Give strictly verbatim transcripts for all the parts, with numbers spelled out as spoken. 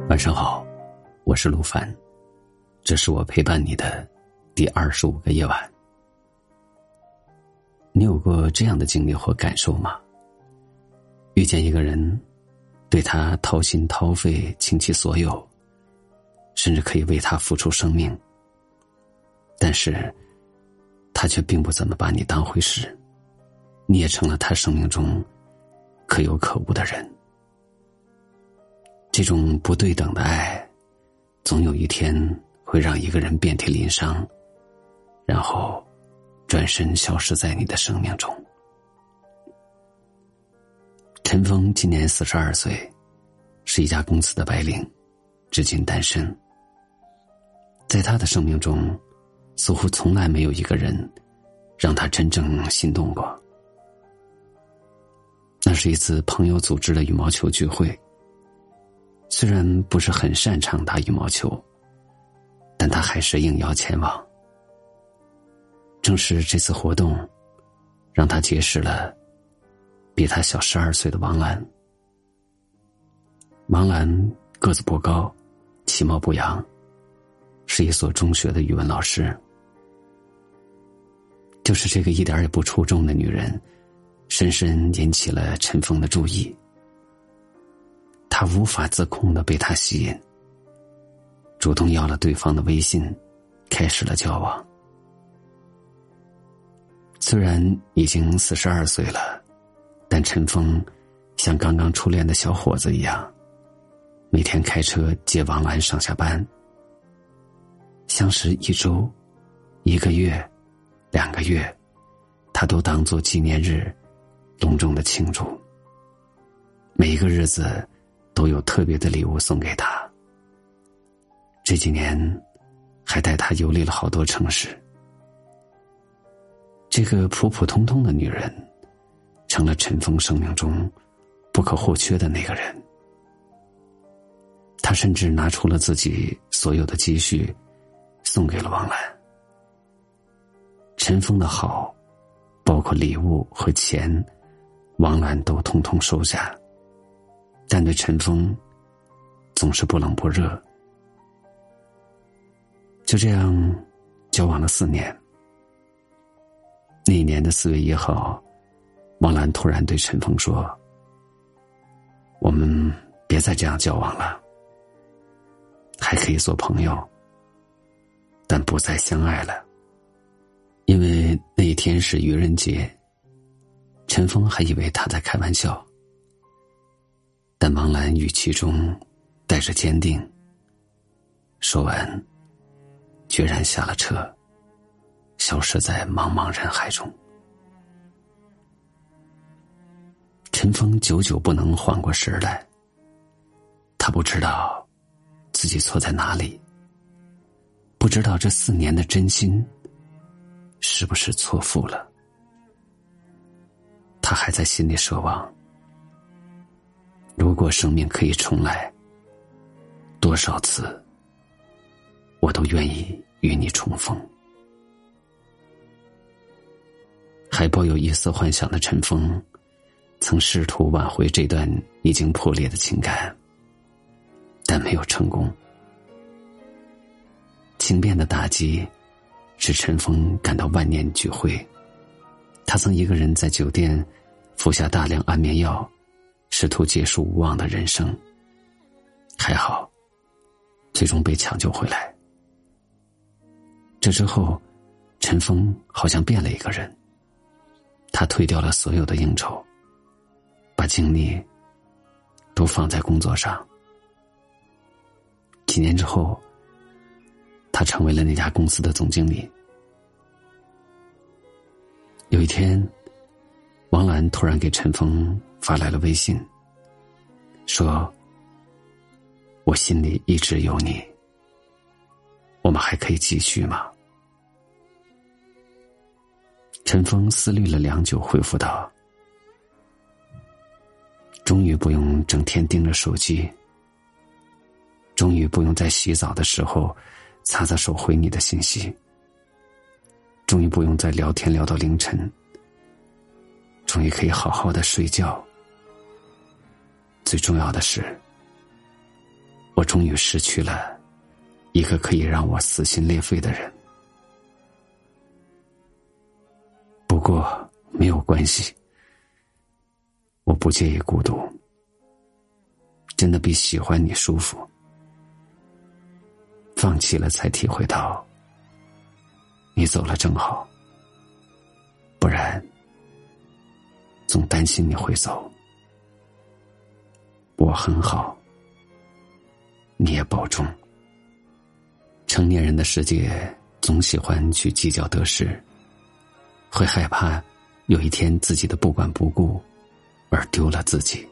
晚上好，我是陆凡，这是我陪伴你的第二十五个夜晚。你有过这样的经历或感受吗？遇见一个人，对他掏心掏肺倾其所有，甚至可以为他付出生命，但是他却并不怎么把你当回事，你也成了他生命中可有可无的人。这种不对等的爱，总有一天会让一个人遍体鳞伤，然后转身消失在你的生命中。陈峰今年四十二岁，是一家公司的白领，至今单身。在他的生命中，似乎从来没有一个人让他真正心动过。那是一次朋友组织的羽毛球聚会，虽然不是很擅长打羽毛球，但他还是应邀前往。正是这次活动，让他结识了比他小十二岁的王兰。王兰个子不高，其貌不扬，是一所中学的语文老师。就是这个一点也不出众的女人，深深引起了陈峰的注意。他无法自控地被她吸引，主动要了对方的微信，开始了交往。虽然已经四十二岁了，但陈峰像刚刚初恋的小伙子一样，每天开车接王兰上下班。相识一周、一个月、两个月，他都当作纪念日隆重的庆祝。每一个日子都有特别的礼物送给他。这几年还带他游历了好多城市。这个普普通通的女人成了陈峰生命中不可或缺的那个人。他甚至拿出了自己所有的积蓄送给了王兰。陈峰的好，包括礼物和钱，王兰都统统收下，但对陈峰总是不冷不热。就这样交往了四年。那一年的四月一号，王兰突然对陈峰说：我们别再这样交往了，还可以做朋友，但不再相爱了。因为那一天是愚人节，陈峰还以为他在开玩笑，但王兰语气中带着坚定。说完，决然下了车，消失在茫茫人海中。陈峰久久不能缓过神来，他不知道自己错在哪里，不知道这四年的真心是不是错付了。他还在心里奢望，如果生命可以重来，多少次我都愿意与你重逢。还抱有一丝幻想的陈峰，曾试图挽回这段已经破裂的情感，但没有成功。情变的打击使陈峰感到万念俱灰。他曾一个人在酒店服下大量安眠药，试图结束无望的人生。还好，最终被抢救回来。这之后，陈峰好像变了一个人。他推掉了所有的应酬，把精力都放在工作上。几年之后，他成为了那家公司的总经理。有一天，王兰突然给陈峰发来了微信，说：我心里一直有你，我们还可以继续吗？陈峰思虑了良久，回复道：终于不用整天盯着手机，终于不用在洗澡的时候擦擦手回你的信息，终于不用再聊天聊到凌晨，终于可以好好的睡觉。最重要的是， 我终于失去了一个可以让我撕心裂肺的人。不过没有关系，我不介意孤独，真的比喜欢你舒服。放弃了才体会到，你走了正好，不然总担心你会走。我很好，你也保重。成年人的世界总喜欢去计较得失，会害怕有一天自己的不管不顾而丢了自己。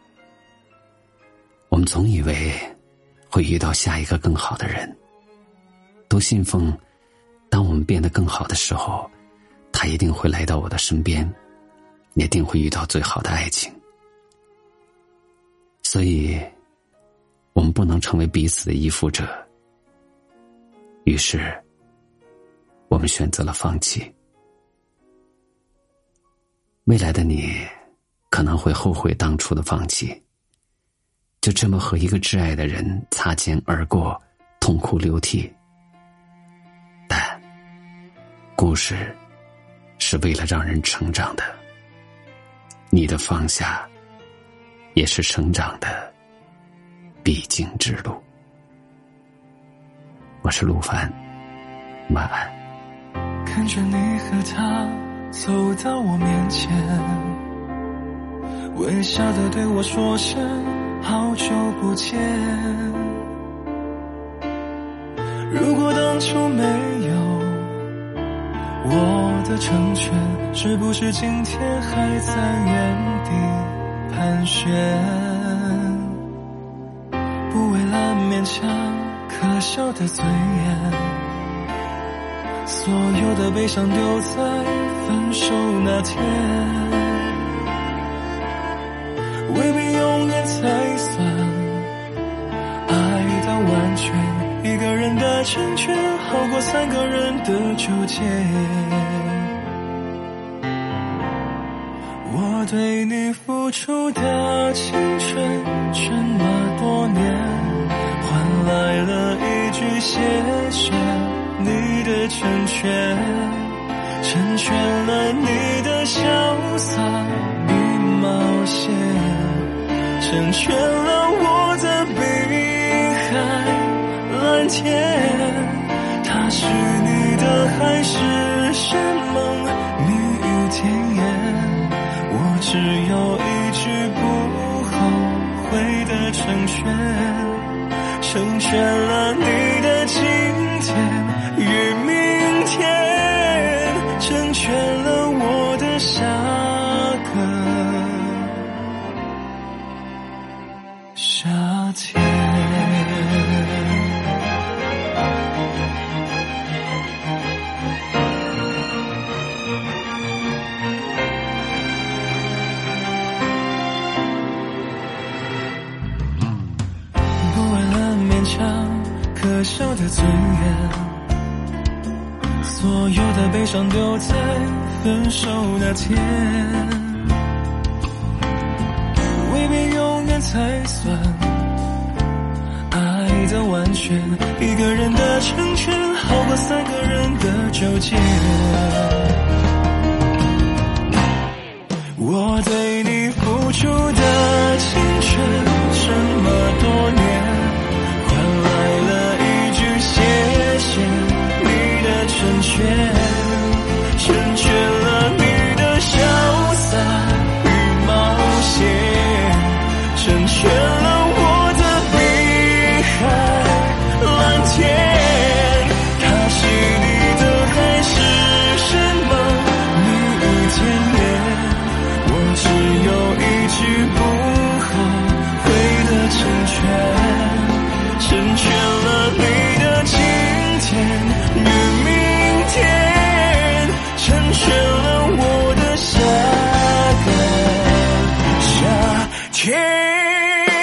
我们总以为会遇到下一个更好的人，都信奉当我们变得更好的时候，他一定会来到我的身边，一定会遇到最好的爱情。所以我们不能成为彼此的依附者，于是我们选择了放弃。未来的你可能会后悔当初的放弃，就这么和一个挚爱的人擦肩而过，痛哭流涕。但故事是为了让人成长的，你的放下也是成长的必经之路。我是陆凡，晚安。 看着你和他走到我面前，微笑地对我说声好久不见。如果当初没有我的成全，是不是今天还在原地盘旋？不为了勉强可笑的嘴脸，所有的悲伤丢在分手那天，未必永远才算爱到完全，一个人的成全好过三个人的纠结。我对你付出的青春这么多年，换来了一句谢谢你的成全，成全了你的潇洒与冒险，成全了我的碧海蓝天。它是你的还是山盟蜜语甜言，我只有一句不后悔的成全，成全了你的今天与明天，成全了我的下个夏天。不为了勉强可笑的嘴脸，所有的悲伤丢在分手那天，未必永远才算爱的完全，一个人的成全好过三个人的纠结。我对你付出的青春这么多年，换来了一句谢谢你的成全，成全了你的潇洒与冒险，成全了我的碧海蓝天。它是你的还是什么蜜语甜言，我只有一句不后悔的成全，成全了你的今天与明天，成全了我的下个夏天。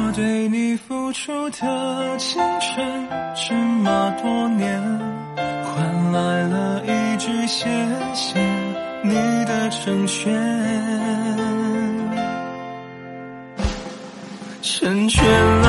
我对你付出的青春这么多年，换来了一句谢谢你的成全，成全了